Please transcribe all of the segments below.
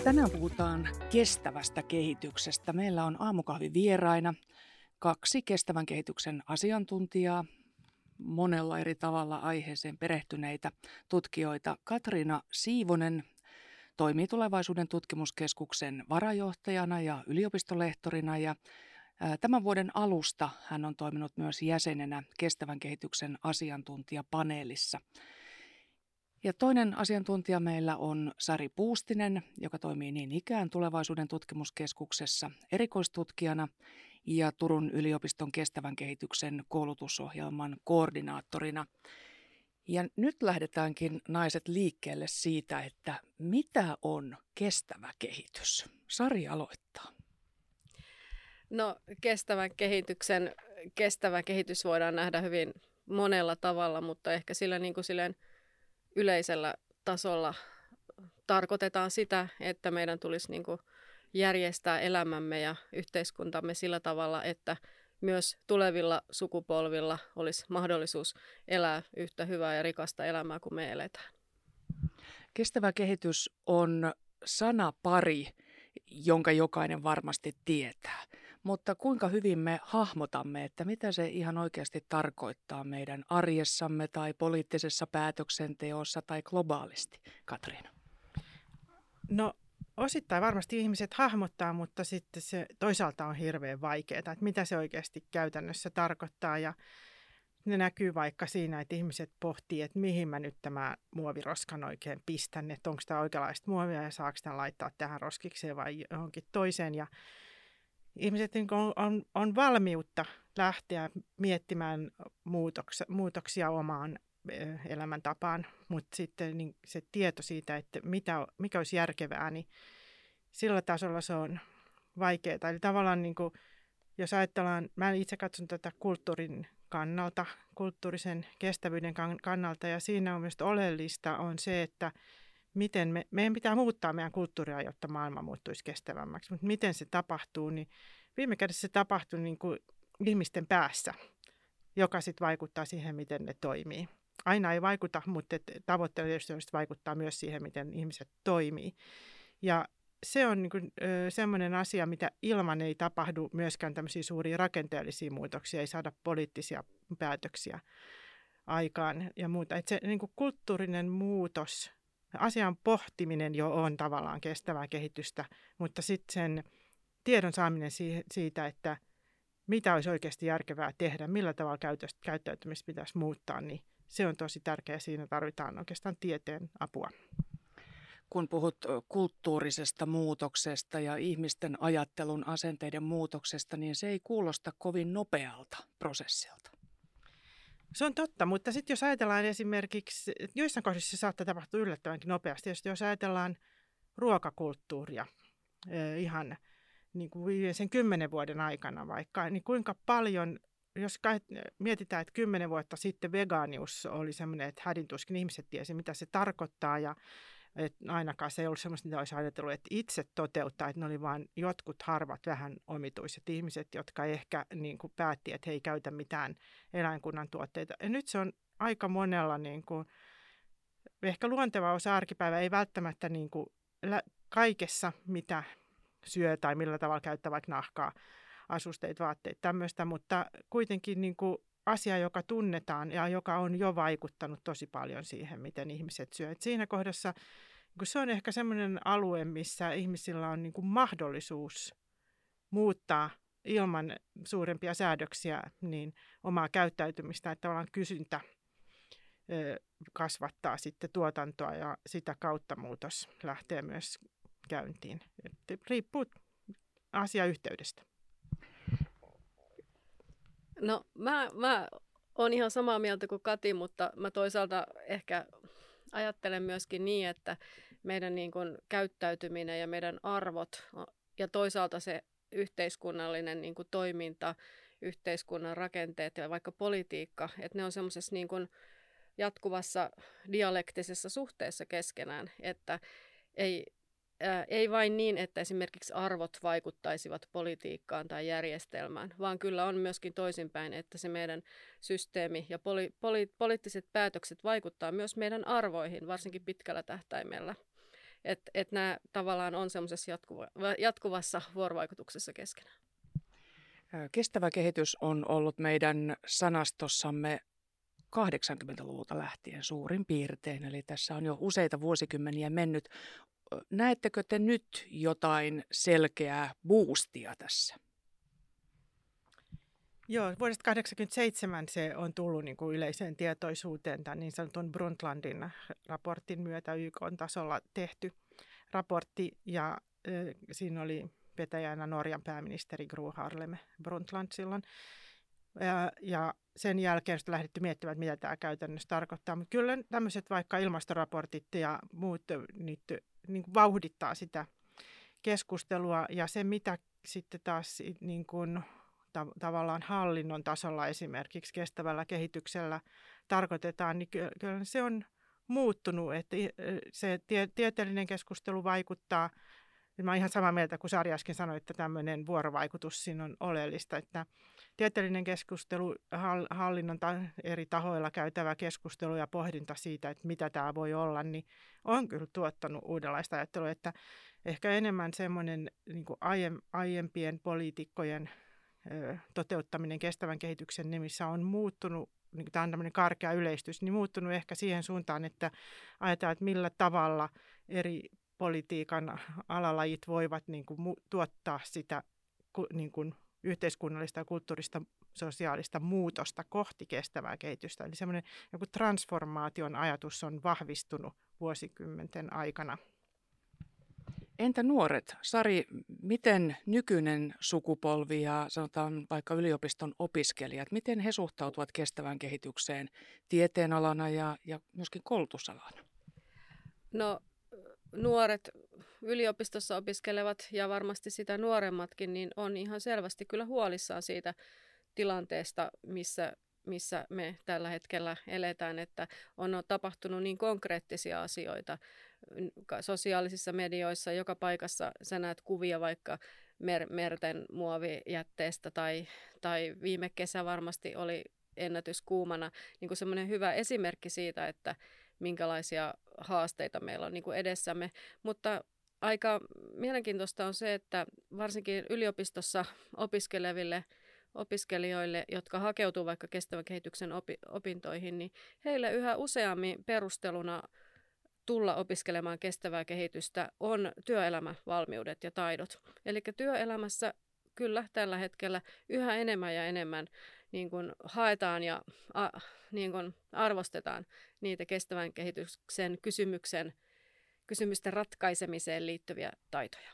Tänään puhutaan kestävästä kehityksestä. Meillä on aamukahvin vieraina 2 kestävän kehityksen asiantuntijaa, monella eri tavalla aiheeseen perehtyneitä tutkijoita. Katriina Siivonen toimii Tulevaisuuden tutkimuskeskuksen varajohtajana ja yliopistolehtorina ja tämän vuoden alusta hän on toiminut myös jäsenenä kestävän kehityksen asiantuntijapaneelissa. Ja toinen asiantuntija meillä on Sari Puustinen, joka toimii niin ikään Tulevaisuuden tutkimuskeskuksessa erikoistutkijana ja Turun yliopiston kestävän kehityksen koulutusohjelman koordinaattorina. Ja nyt lähdetäänkin naiset liikkeelle siitä, että mitä on kestävä kehitys. Sari aloittaa. No, kestävä kehitys voidaan nähdä hyvin monella tavalla, mutta ehkä silleen yleisellä tasolla tarkoitetaan sitä, että meidän tulisi järjestää elämämme ja yhteiskuntamme sillä tavalla, että myös tulevilla sukupolvilla olisi mahdollisuus elää yhtä hyvää ja rikasta elämää kuin me eletään. Kestävä kehitys on sanapari, jonka jokainen varmasti tietää. Mutta kuinka hyvin me hahmotamme, että mitä se ihan oikeasti tarkoittaa meidän arjessamme tai poliittisessa päätöksenteossa tai globaalisti, Katriina? No osittain varmasti ihmiset hahmottaa, mutta sitten se toisaalta on hirveän vaikeaa, että mitä se oikeasti käytännössä tarkoittaa. Ja ne näkyy vaikka siinä, että ihmiset pohtii, että mihin mä nyt tämä muoviroskan oikein pistän, että onko tämä oikeanlaista muovia ja saako tämän laittaa tähän roskikseen vai johonkin toiseen. Ja ihmiset on valmiutta lähteä miettimään muutoksia omaan elämäntapaan, mutta sitten niin se tieto siitä, että mikä olisi järkevää, niin sillä tasolla se on vaikeaa. Eli tavallaan jos ajatellaan, mä itse katson tätä kulttuurin kannalta, kulttuurisen kestävyyden kannalta, ja siinä on myös oleellista on se, että miten meidän pitää muuttaa meidän kulttuuria, jotta maailma muuttuisi kestävämmäksi. Mutta miten se tapahtuu, niin viime kädessä se tapahtuu ihmisten päässä, joka sitten vaikuttaa siihen, miten ne toimii. Aina ei vaikuta, mutta tavoitteena tietysti vaikuttaa myös siihen, miten ihmiset toimii. Ja se on semmoinen asia, mitä ilman ei tapahdu myöskään tämmöisiä suuria rakenteellisia muutoksia, ei saada poliittisia päätöksiä aikaan ja muuta. Että se kulttuurinen muutos, asian pohtiminen jo on tavallaan kestävää kehitystä, mutta sitten sen tiedon saaminen siitä, että mitä olisi oikeasti järkevää tehdä, millä tavalla käyttäytymistä pitäisi muuttaa, niin se on tosi tärkeää. Siinä tarvitaan oikeastaan tieteen apua. Kun puhut kulttuurisesta muutoksesta ja ihmisten ajattelun asenteiden muutoksesta, niin se ei kuulosta kovin nopealta prosessilta. Se on totta, mutta sitten jos ajatellaan esimerkiksi, joissain kohdissa se saattaa tapahtua yllättävänkin nopeasti. Jos ajatellaan ruokakulttuuria ihan niin kuin viimeisen 10 vuoden aikana vaikka, niin kuinka paljon, jos mietitään, että 10 vuotta sitten vegaanius oli semmoinen, että hädintuskin ihmiset tiesi, mitä se tarkoittaa ja että ainakaan se ei ollut semmoista, mitä olisi ajatellut, että itse toteuttaa, että ne oli vain jotkut harvat vähän omituiset ihmiset, jotka ehkä päätti, että he ei käytä mitään eläinkunnan tuotteita. Ja nyt se on aika monella ehkä luonteva osa arkipäivää, ei välttämättä kaikessa, mitä syö tai millä tavalla käyttää vaikka nahkaa, asusteita, vaatteita, tämmöistä, mutta kuitenkin asia, joka tunnetaan ja joka on jo vaikuttanut tosi paljon siihen, miten ihmiset syö. Et siinä kohdassa se on ehkä semmoinen alue, missä ihmisillä on mahdollisuus muuttaa ilman suurempia säädöksiä niin omaa käyttäytymistä, että tavallaan kysyntä kasvattaa sitten tuotantoa ja sitä kautta muutos lähtee myös käyntiin. Et riippuu asiayhteydestä. No mä oon ihan samaa mieltä kuin Kati, mutta mä toisaalta ehkä ajattelen myöskin niin, että meidän käyttäytyminen ja meidän arvot ja toisaalta se yhteiskunnallinen toiminta, yhteiskunnan rakenteet ja vaikka politiikka, että ne on semmoisessa jatkuvassa dialektisessa suhteessa keskenään, että ei vain niin, että esimerkiksi arvot vaikuttaisivat politiikkaan tai järjestelmään, vaan kyllä on myöskin toisinpäin, että se meidän systeemi ja poliittiset päätökset vaikuttaa myös meidän arvoihin, varsinkin pitkällä tähtäimellä. että nämä tavallaan on semmoisessa jatkuvassa vuorovaikutuksessa keskenään. Kestävä kehitys on ollut meidän sanastossamme 80-luvulta lähtien suurin piirtein, eli tässä on jo useita vuosikymmeniä mennyt. Näettekö te nyt jotain selkeää boostia tässä? Joo, vuodesta 1987 se on tullut niin kuin yleiseen tietoisuuteen tämän niin sanotun Brundtlandin raportin myötä YK-tasolla tehty raportti, ja siinä oli vetäjänä Norjan pääministeri Gro Harlem Brundtland silloin. Ja sen jälkeen sitten lähdetty miettimään, että mitä tämä käytännössä tarkoittaa. Mutta kyllä tämmöiset vaikka ilmastoraportit ja muut niin kuin vauhdittaa sitä keskustelua. Ja se, mitä sitten taas niin kuin tavallaan hallinnon tasolla esimerkiksi kestävällä kehityksellä tarkoitetaan, niin kyllä se on muuttunut. Että se tieteellinen keskustelu vaikuttaa. Mä olen ihan samaa mieltä kuin Sari äsken sanoi, että tämmöinen vuorovaikutus siinä on oleellista, että tieteellinen keskustelu, hallinnon eri tahoilla käytävä keskustelu ja pohdinta siitä, että mitä tämä voi olla, niin on kyllä tuottanut uudenlaista ajattelua, että ehkä enemmän semmoinen niin kuin aiempien poliitikkojen toteuttaminen kestävän kehityksen nimissä on muuttunut, niin tämä on tämmöinen karkea yleistys, niin muuttunut ehkä siihen suuntaan, että ajatellaan, että millä tavalla eri politiikan alalajit voivat niin kuin tuottaa sitä niin kuin yhteiskunnallista ja kulttuurista sosiaalista muutosta kohti kestävää kehitystä. Eli semmoinen joku transformaation ajatus on vahvistunut vuosikymmenten aikana. Entä nuoret? Sari, miten nykyinen sukupolvi ja sanotaan vaikka yliopiston opiskelijat, miten he suhtautuvat kestävään kehitykseen tieteenalana ja myöskin koulutusalana? No nuoret yliopistossa opiskelevat ja varmasti sitä nuoremmatkin, niin on ihan selvästi kyllä huolissaan siitä tilanteesta, missä me tällä hetkellä eletään, että on tapahtunut niin konkreettisia asioita sosiaalisissa medioissa, joka paikassa sä näet kuvia vaikka merten muovijätteestä tai viime kesä varmasti oli ennätyskuumana niin kuin semmoinen hyvä esimerkki siitä, että minkälaisia haasteita meillä on niin kuin edessämme, mutta aika mielenkiintoista on se, että varsinkin yliopistossa opiskeleville opiskelijoille, jotka hakeutuu vaikka kestävän kehityksen opintoihin, niin heille yhä useammin perusteluna tulla opiskelemaan kestävää kehitystä on työelämävalmiudet ja taidot. Eli työelämässä kyllä tällä hetkellä yhä enemmän ja enemmän niin kuin haetaan ja niin kuin arvostetaan niitä kestävän kehityksen kysymysten ratkaisemiseen liittyviä taitoja.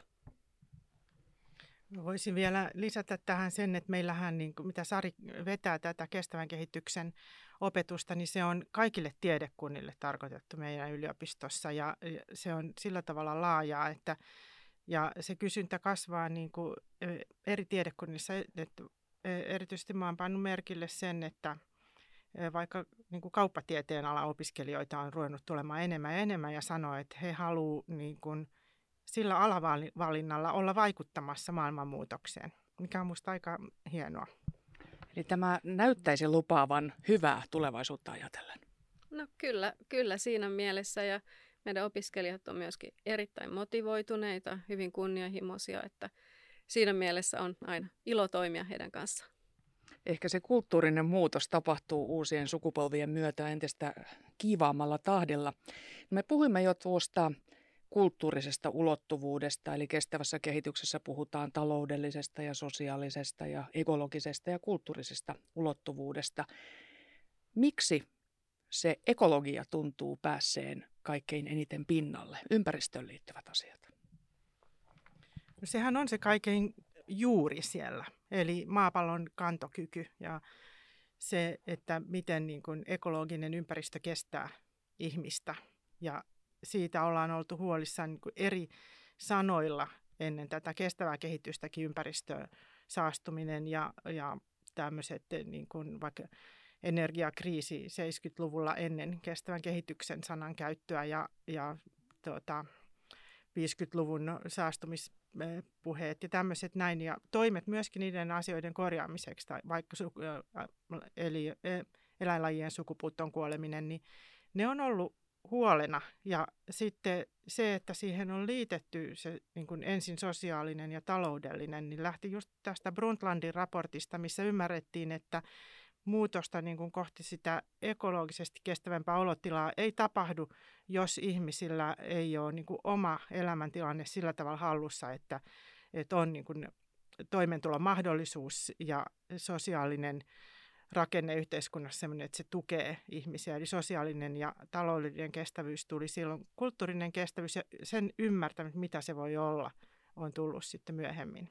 Voisin vielä lisätä tähän sen, että meillähän, niin kuin, mitä Sari vetää tätä kestävän kehityksen opetusta, niin se on kaikille tiedekunnille tarkoitettu meidän yliopistossa ja se on sillä tavalla laajaa, että ja se kysyntä kasvaa niin kuin eri tiedekunnissa, että erityisesti mä oon pannut merkille sen, että vaikka niin kuin kauppatieteen alan opiskelijoita on ruvennut tulemaan enemmän ja enemmän ja sanoo, että he haluavat niin kuin sillä alavalinnalla olla vaikuttamassa maailmanmuutokseen, mikä on minusta aika hienoa. Eli tämä näyttäisi lupaavan hyvää tulevaisuutta ajatellen. No kyllä siinä mielessä ja meidän opiskelijat on myöskin erittäin motivoituneita, hyvin kunnianhimoisia, että siinä mielessä on aina ilo toimia heidän kanssaan. Ehkä se kulttuurinen muutos tapahtuu uusien sukupolvien myötä entistä kiivaammalla tahdilla. Me puhuimme jo tuosta kulttuurisesta ulottuvuudesta, eli kestävässä kehityksessä puhutaan taloudellisesta ja sosiaalisesta ja ekologisesta ja kulttuurisesta ulottuvuudesta. Miksi se ekologia tuntuu päässeen kaikkein eniten pinnalle, ympäristöön liittyvät asiat? No sehän on se kaikkein juuri siellä, eli maapallon kantokyky ja se, että miten niin kuin ekologinen ympäristö kestää ihmistä. Ja siitä ollaan oltu huolissaan niin kuin eri sanoilla ennen tätä kestävää kehitystäkin, ympäristöön saastuminen ja tämmöiset niin kuin vaikka energiakriisi 70-luvulla ennen kestävän kehityksen sanan käyttöä ja 50-luvun saastumispuheet ja tämmöiset näin. Ja toimet myöskin niiden asioiden korjaamiseksi, tai vaikka eläinlajien sukupuuttoon kuoleminen, niin ne on ollut huolena. Ja sitten se, että siihen on liitetty se niin kuin ensin sosiaalinen ja taloudellinen, niin lähti just tästä Brundtlandin raportista, missä ymmärrettiin, että muutosta niin kuin kohti sitä ekologisesti kestävämpää olotilaa ei tapahdu, jos ihmisillä ei ole niin kuin oma elämäntilanne sillä tavalla hallussa, että on niin kuin toimeentulon mahdollisuus ja sosiaalinen rakenne yhteiskunnassa sellainen, että se tukee ihmisiä. Eli sosiaalinen ja taloudellinen kestävyys tuli silloin. Kulttuurinen kestävyys ja sen ymmärtäminen, mitä se voi olla, on tullut sitten myöhemmin.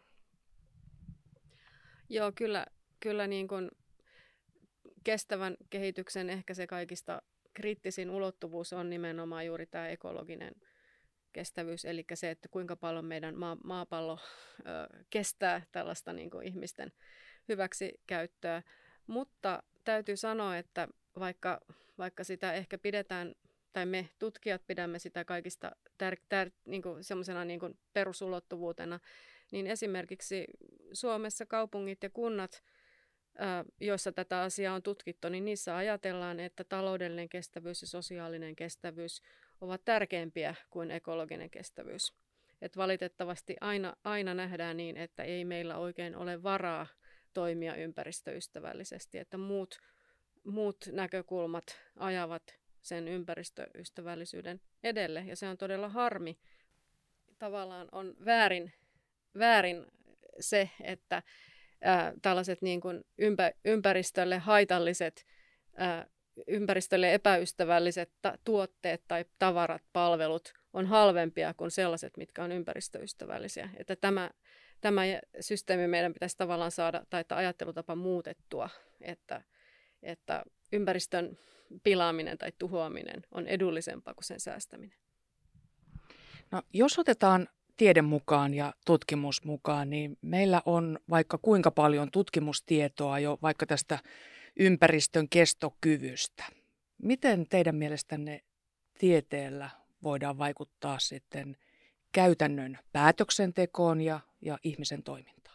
Joo, kyllä niin kuin kestävän kehityksen ehkä se kaikista kriittisin ulottuvuus on nimenomaan juuri tämä ekologinen kestävyys, eli se, että kuinka paljon meidän maapallo kestää tällaista niin kuin ihmisten hyväksikäyttöä. Mutta täytyy sanoa, että vaikka sitä ehkä pidetään, tai me tutkijat pidämme sitä kaikista niin kuin semmoisena niin kuin perusulottuvuutena, niin esimerkiksi Suomessa kaupungit ja kunnat, joissa tätä asiaa on tutkittu, niin niissä ajatellaan, että taloudellinen kestävyys ja sosiaalinen kestävyys ovat tärkeämpiä kuin ekologinen kestävyys. Et valitettavasti aina nähdään niin, että ei meillä oikein ole varaa toimia ympäristöystävällisesti, että muut näkökulmat ajavat sen ympäristöystävällisyyden edelle, ja se on todella harmi. Tavallaan on väärin se, että tällaiset niin kuin ympäristölle haitalliset, ympäristölle epäystävälliset tuotteet tai tavarat, palvelut on halvempia kuin sellaiset, mitkä on ympäristöystävällisiä. Että tämä systeemi meidän pitäisi tavallaan saada, tai että ajattelutapa muutettua, että ympäristön pilaaminen tai tuhoaminen on edullisempaa kuin sen säästäminen. No, jos otetaan tiede mukaan ja tutkimus mukaan, niin meillä on vaikka kuinka paljon tutkimustietoa jo vaikka tästä ympäristön kestokyvystä. Miten teidän mielestänne tieteellä voidaan vaikuttaa sitten käytännön päätöksentekoon ja ihmisen toimintaan?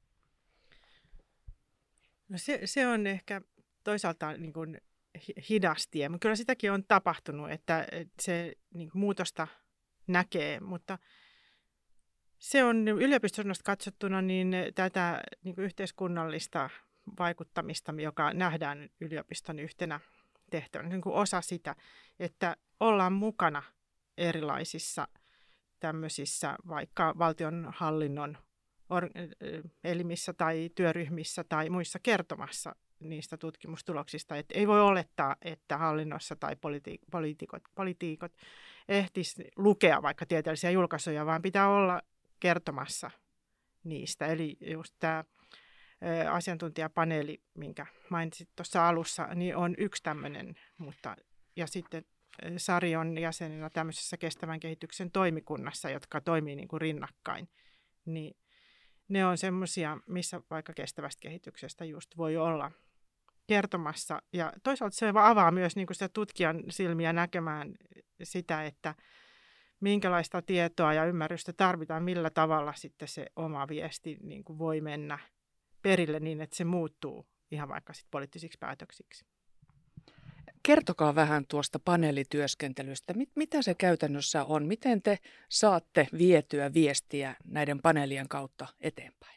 No se on ehkä toisaalta niin kuin hidas tie, mutta kyllä sitäkin on tapahtunut, että se niin kuin muutosta näkee, mutta se on yliopistosta katsottuna niin tätä niin kuin yhteiskunnallista vaikuttamista, joka nähdään yliopiston yhtenä tehtävänä, niin kuin osa sitä, että ollaan mukana erilaisissa tämmöisissä vaikka valtionhallinnon elimissä tai työryhmissä tai muissa kertomassa niistä tutkimustuloksista. Et ei voi olettaa, että hallinnossa tai poliitikot ehtis lukea vaikka tieteellisiä julkaisuja, vaan pitää olla kertomassa niistä. Eli just tämä asiantuntijapaneeli, minkä mainitsit tuossa alussa, niin on yksi tämmöinen, ja sitten Sari on jäsenenä tämmöisessä kestävän kehityksen toimikunnassa, jotka toimii niin kuin rinnakkain. Niin ne on semmoisia, missä vaikka kestävästä kehityksestä just voi olla kertomassa. Ja toisaalta se avaa myös niin kuin sitä tutkijan silmiä näkemään sitä, että minkälaista tietoa ja ymmärrystä tarvitaan, millä tavalla sitten se oma viesti niin kuin voi mennä perille niin, että se muuttuu ihan vaikka sitten poliittisiksi päätöksiksi. Kertokaa vähän tuosta paneelityöskentelystä. Mitä se käytännössä on? Miten te saatte vietyä viestiä näiden paneelien kautta eteenpäin?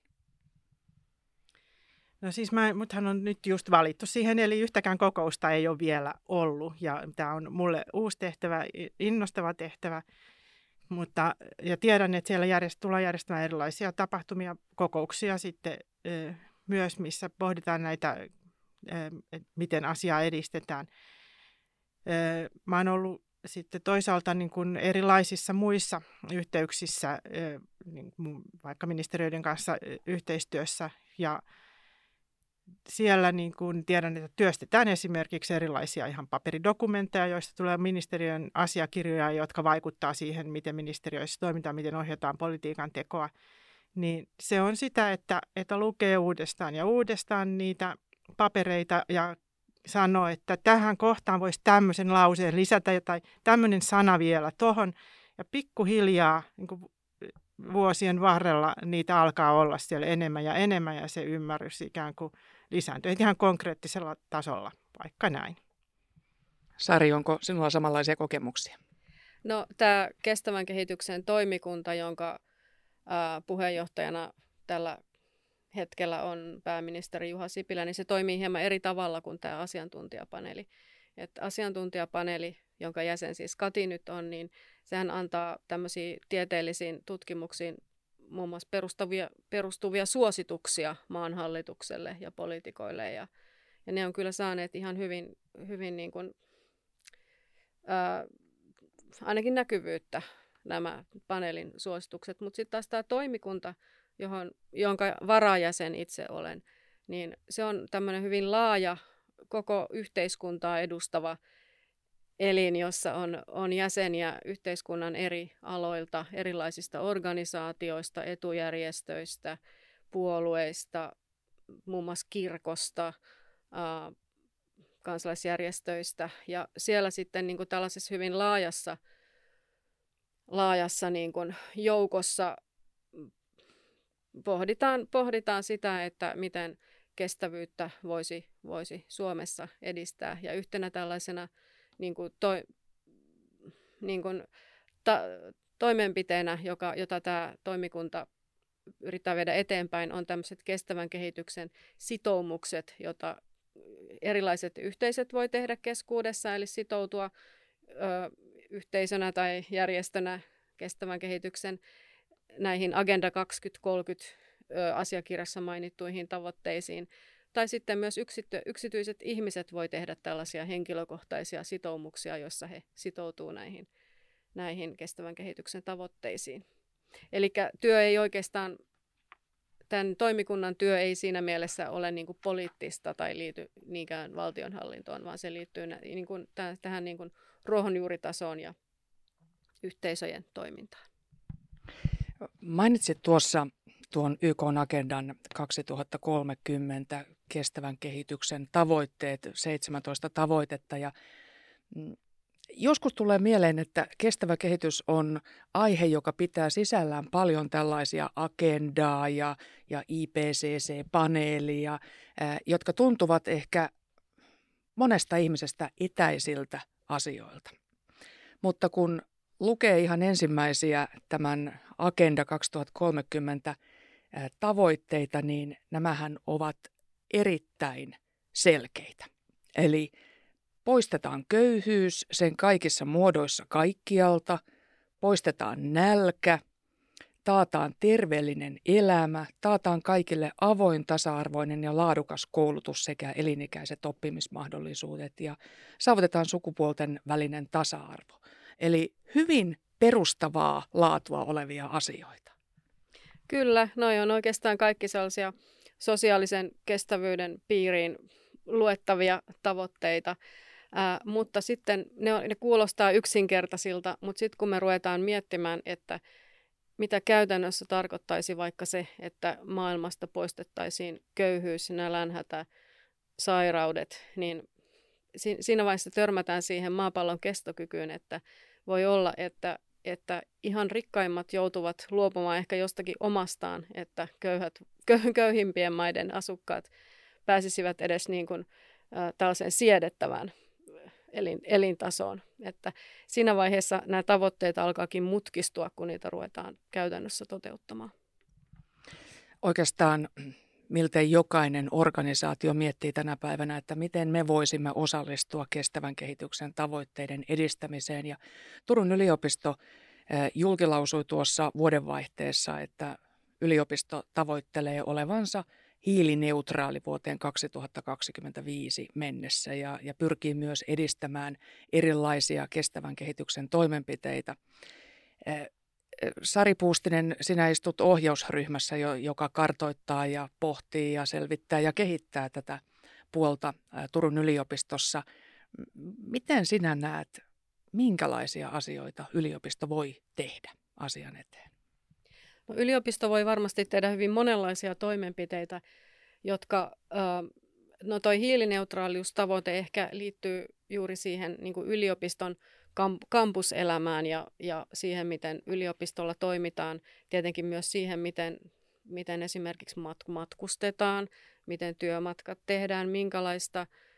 No siis muthan on nyt just valittu siihen, eli yhtäkään kokousta ei ole vielä ollut. Ja tämä on mulle uusi tehtävä, innostava tehtävä. Ja tiedän, että siellä tullaan järjestämään erilaisia tapahtumia, kokouksia sitten myös, missä pohditaan näitä, miten asiaa edistetään. Mä oon ollut sitten toisaalta niin kuin erilaisissa muissa yhteyksissä, niin vaikka ministeriöiden kanssa yhteistyössä, ja siellä niin kuin tiedän, että työstetään esimerkiksi erilaisia ihan paperidokumentteja, joista tulee ministeriön asiakirjoja, jotka vaikuttaa siihen, miten ministeriöissä toimitaan, miten ohjataan politiikan tekoa. Niin se on sitä, että lukee uudestaan ja uudestaan niitä papereita ja sanoo, että tähän kohtaan voisi tämmöisen lauseen lisätä tai tämmöinen sana vielä tuohon. Ja pikkuhiljaa niin kuin vuosien varrella niitä alkaa olla siellä enemmän ja se ymmärrys ikään kuin lisääntyy ihan konkreettisella tasolla, vaikka näin. Sari, onko sinulla samanlaisia kokemuksia? No, tämä kestävän kehityksen toimikunta, jonka puheenjohtajana tällä hetkellä on pääministeri Juha Sipilä, niin se toimii hieman eri tavalla kuin tämä asiantuntijapaneeli. Että asiantuntijapaneeli, jonka jäsen siis Kati nyt on, niin sehän antaa tämmöisiin tieteellisiin tutkimuksiin muun muassa perustuvia suosituksia maan hallitukselle ja poliitikoille. Ja ne on kyllä saaneet ihan hyvin niin kuin, ainakin näkyvyyttä nämä paneelin suositukset. Mutta sitten taas tämä toimikunta, jonka varajäsen itse olen, niin se on tämmöinen hyvin laaja, koko yhteiskuntaa edustava elin, jossa on jäseniä yhteiskunnan eri aloilta, erilaisista organisaatioista, etujärjestöistä, puolueista, muun muassa kirkosta, kansalaisjärjestöistä. Ja siellä sitten niin kuin tällaisessa hyvin laajassa niin kuin joukossa pohditaan sitä, että miten kestävyyttä voisi Suomessa edistää. Ja yhtenä tällaisena toimenpiteenä, jota tämä toimikunta yrittää viedä eteenpäin, on tämmöiset kestävän kehityksen sitoumukset, jota erilaiset yhteisöt voi tehdä keskuudessa, eli sitoutua yhteisönä tai järjestönä kestävän kehityksen näihin Agenda 2030 asiakirjassa mainittuihin tavoitteisiin. Tai sitten myös yksityiset ihmiset voi tehdä tällaisia henkilökohtaisia sitoumuksia, joissa he sitoutuu näihin kestävän kehityksen tavoitteisiin. Eli työ ei oikeastaan, tämän toimikunnan työ ei siinä mielessä ole niin kuin poliittista tai liity niinkään valtionhallintoon, vaan se liittyy tähän niin kuin ruohonjuuritasoon ja yhteisöjen toimintaan. Mainitsit tuossa tuon YK-agendan 2030 kestävän kehityksen tavoitteet, 17 tavoitetta. Ja joskus tulee mieleen, että kestävä kehitys on aihe, joka pitää sisällään paljon tällaisia agendaa ja IPCC-paneelia, jotka tuntuvat ehkä monesta ihmisestä etäisiltä asioilta. Mutta kun lukee ihan ensimmäisiä tämän Agenda 2030 tavoitteita, niin nämähän ovat erittäin selkeitä. Eli poistetaan köyhyys sen kaikissa muodoissa kaikkialta, poistetaan nälkä, taataan terveellinen elämä, taataan kaikille avoin, tasa-arvoinen ja laadukas koulutus sekä elinikäiset oppimismahdollisuudet ja saavutetaan sukupuolten välinen tasa-arvo. Eli hyvin perustavaa laatua olevia asioita. Kyllä, noi on oikeastaan kaikki sellaisia sosiaalisen kestävyyden piiriin luettavia tavoitteita, mutta sitten ne kuulostaa yksinkertaisilta, mutta sitten kun me ruvetaan miettimään, että mitä käytännössä tarkoittaisi vaikka se, että maailmasta poistettaisiin köyhyys, nälänhätä, sairaudet, niin siinä vaiheessa törmätään siihen maapallon kestokykyyn, että voi olla, että ihan rikkaimmat joutuvat luopumaan ehkä jostakin omastaan, että köyhimpien maiden asukkaat pääsisivät edes niin kuin, tällaiseen siedettävään elintasoon. Että siinä vaiheessa nämä tavoitteet alkaakin mutkistua, kun niitä ruvetaan käytännössä toteuttamaan. Oikeastaan miltei jokainen organisaatio miettii tänä päivänä, että miten me voisimme osallistua kestävän kehityksen tavoitteiden edistämiseen. Ja Turun yliopisto julkilausui tuossa vuodenvaihteessa, että yliopisto tavoittelee olevansa hiilineutraali vuoteen 2025 mennessä ja pyrkii myös edistämään erilaisia kestävän kehityksen toimenpiteitä. Sari Puustinen, sinä istut ohjausryhmässä, joka kartoittaa ja pohtii ja selvittää ja kehittää tätä puolta Turun yliopistossa. Miten sinä näet, minkälaisia asioita yliopisto voi tehdä asian eteen? No, yliopisto voi varmasti tehdä hyvin monenlaisia toimenpiteitä, jotka, toi hiilineutraaliustavoite ehkä liittyy juuri siihen niin kuin yliopiston kampuselämään ja siihen, miten yliopistolla toimitaan. Tietenkin myös siihen, miten esimerkiksi matkustetaan, miten työmatkat tehdään, minkälaista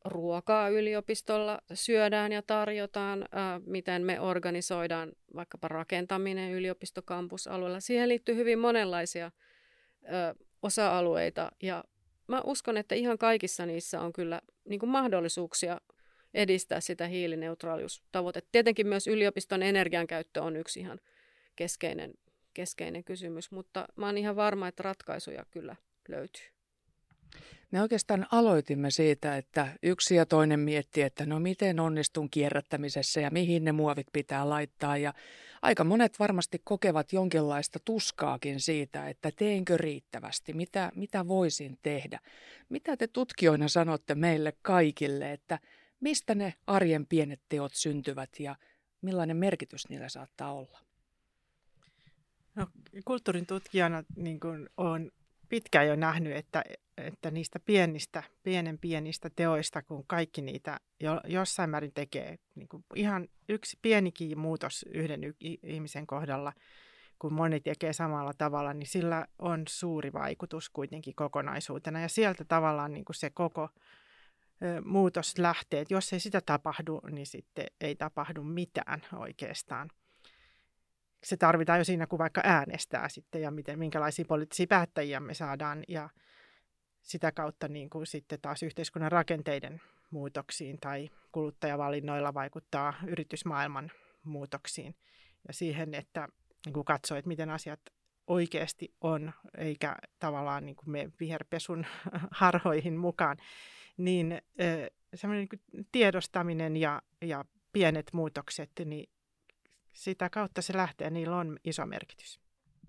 ruokaa yliopistolla syödään ja tarjotaan, miten me organisoidaan vaikkapa rakentaminen yliopistokampusalueella. Siihen liittyy hyvin monenlaisia osa-alueita ja mä uskon, että ihan kaikissa niissä on kyllä niin kuin mahdollisuuksia edistää sitä hiilineutraaliustavoitetta. Tietenkin myös yliopiston energiankäyttö on yksi ihan keskeinen kysymys, mutta mä oon ihan varma, että ratkaisuja kyllä löytyy. Me oikeastaan aloitimme siitä, että yksi ja toinen miettii, että no miten onnistun kierrättämisessä ja mihin ne muovit pitää laittaa. Ja aika monet varmasti kokevat jonkinlaista tuskaakin siitä, että teenkö riittävästi, mitä voisin tehdä. Mitä te tutkijoina sanotte meille kaikille, että mistä ne arjen pienet teot syntyvät ja millainen merkitys niillä saattaa olla? No, kulttuurin tutkijana niin kuin olen pitkään jo nähnyt, että niistä pienistä teoista, kun kaikki niitä jossain määrin tekee, niin kuin ihan yksi pienikin muutos yhden ihmisen kohdalla, kun moni tekee samalla tavalla, niin sillä on suuri vaikutus kuitenkin kokonaisuutena. Ja sieltä tavallaan niin kuin se koko muutos lähtee, että jos ei sitä tapahdu, niin sitten ei tapahdu mitään oikeastaan. Se tarvitaan jo siinä, kun vaikka äänestää sitten ja minkälaisia poliittisia päättäjiä me saadaan ja sitä kautta niin kuin sitten taas yhteiskunnan rakenteiden muutoksiin tai kuluttajavalinnoilla vaikuttaa yritysmaailman muutoksiin ja siihen, että niin kuin katsoo, että miten asiat oikeasti on, eikä tavallaan niin kuin me viherpesun harhoihin mukaan, niin semmoinen niin kuin tiedostaminen ja pienet muutokset, niin sitä kautta se lähtee, niillä on iso merkitys.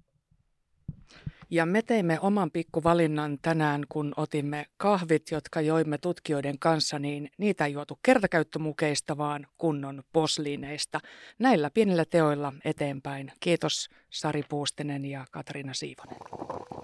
Ja me teimme oman pikkuvalinnan tänään, kun otimme kahvit, jotka joimme tutkijoiden kanssa, niin niitä ei juotu kertakäyttömukeista, vaan kunnon posliineista. Näillä pienillä teoilla eteenpäin. Kiitos Sari Puustinen ja Katriina Siivonen.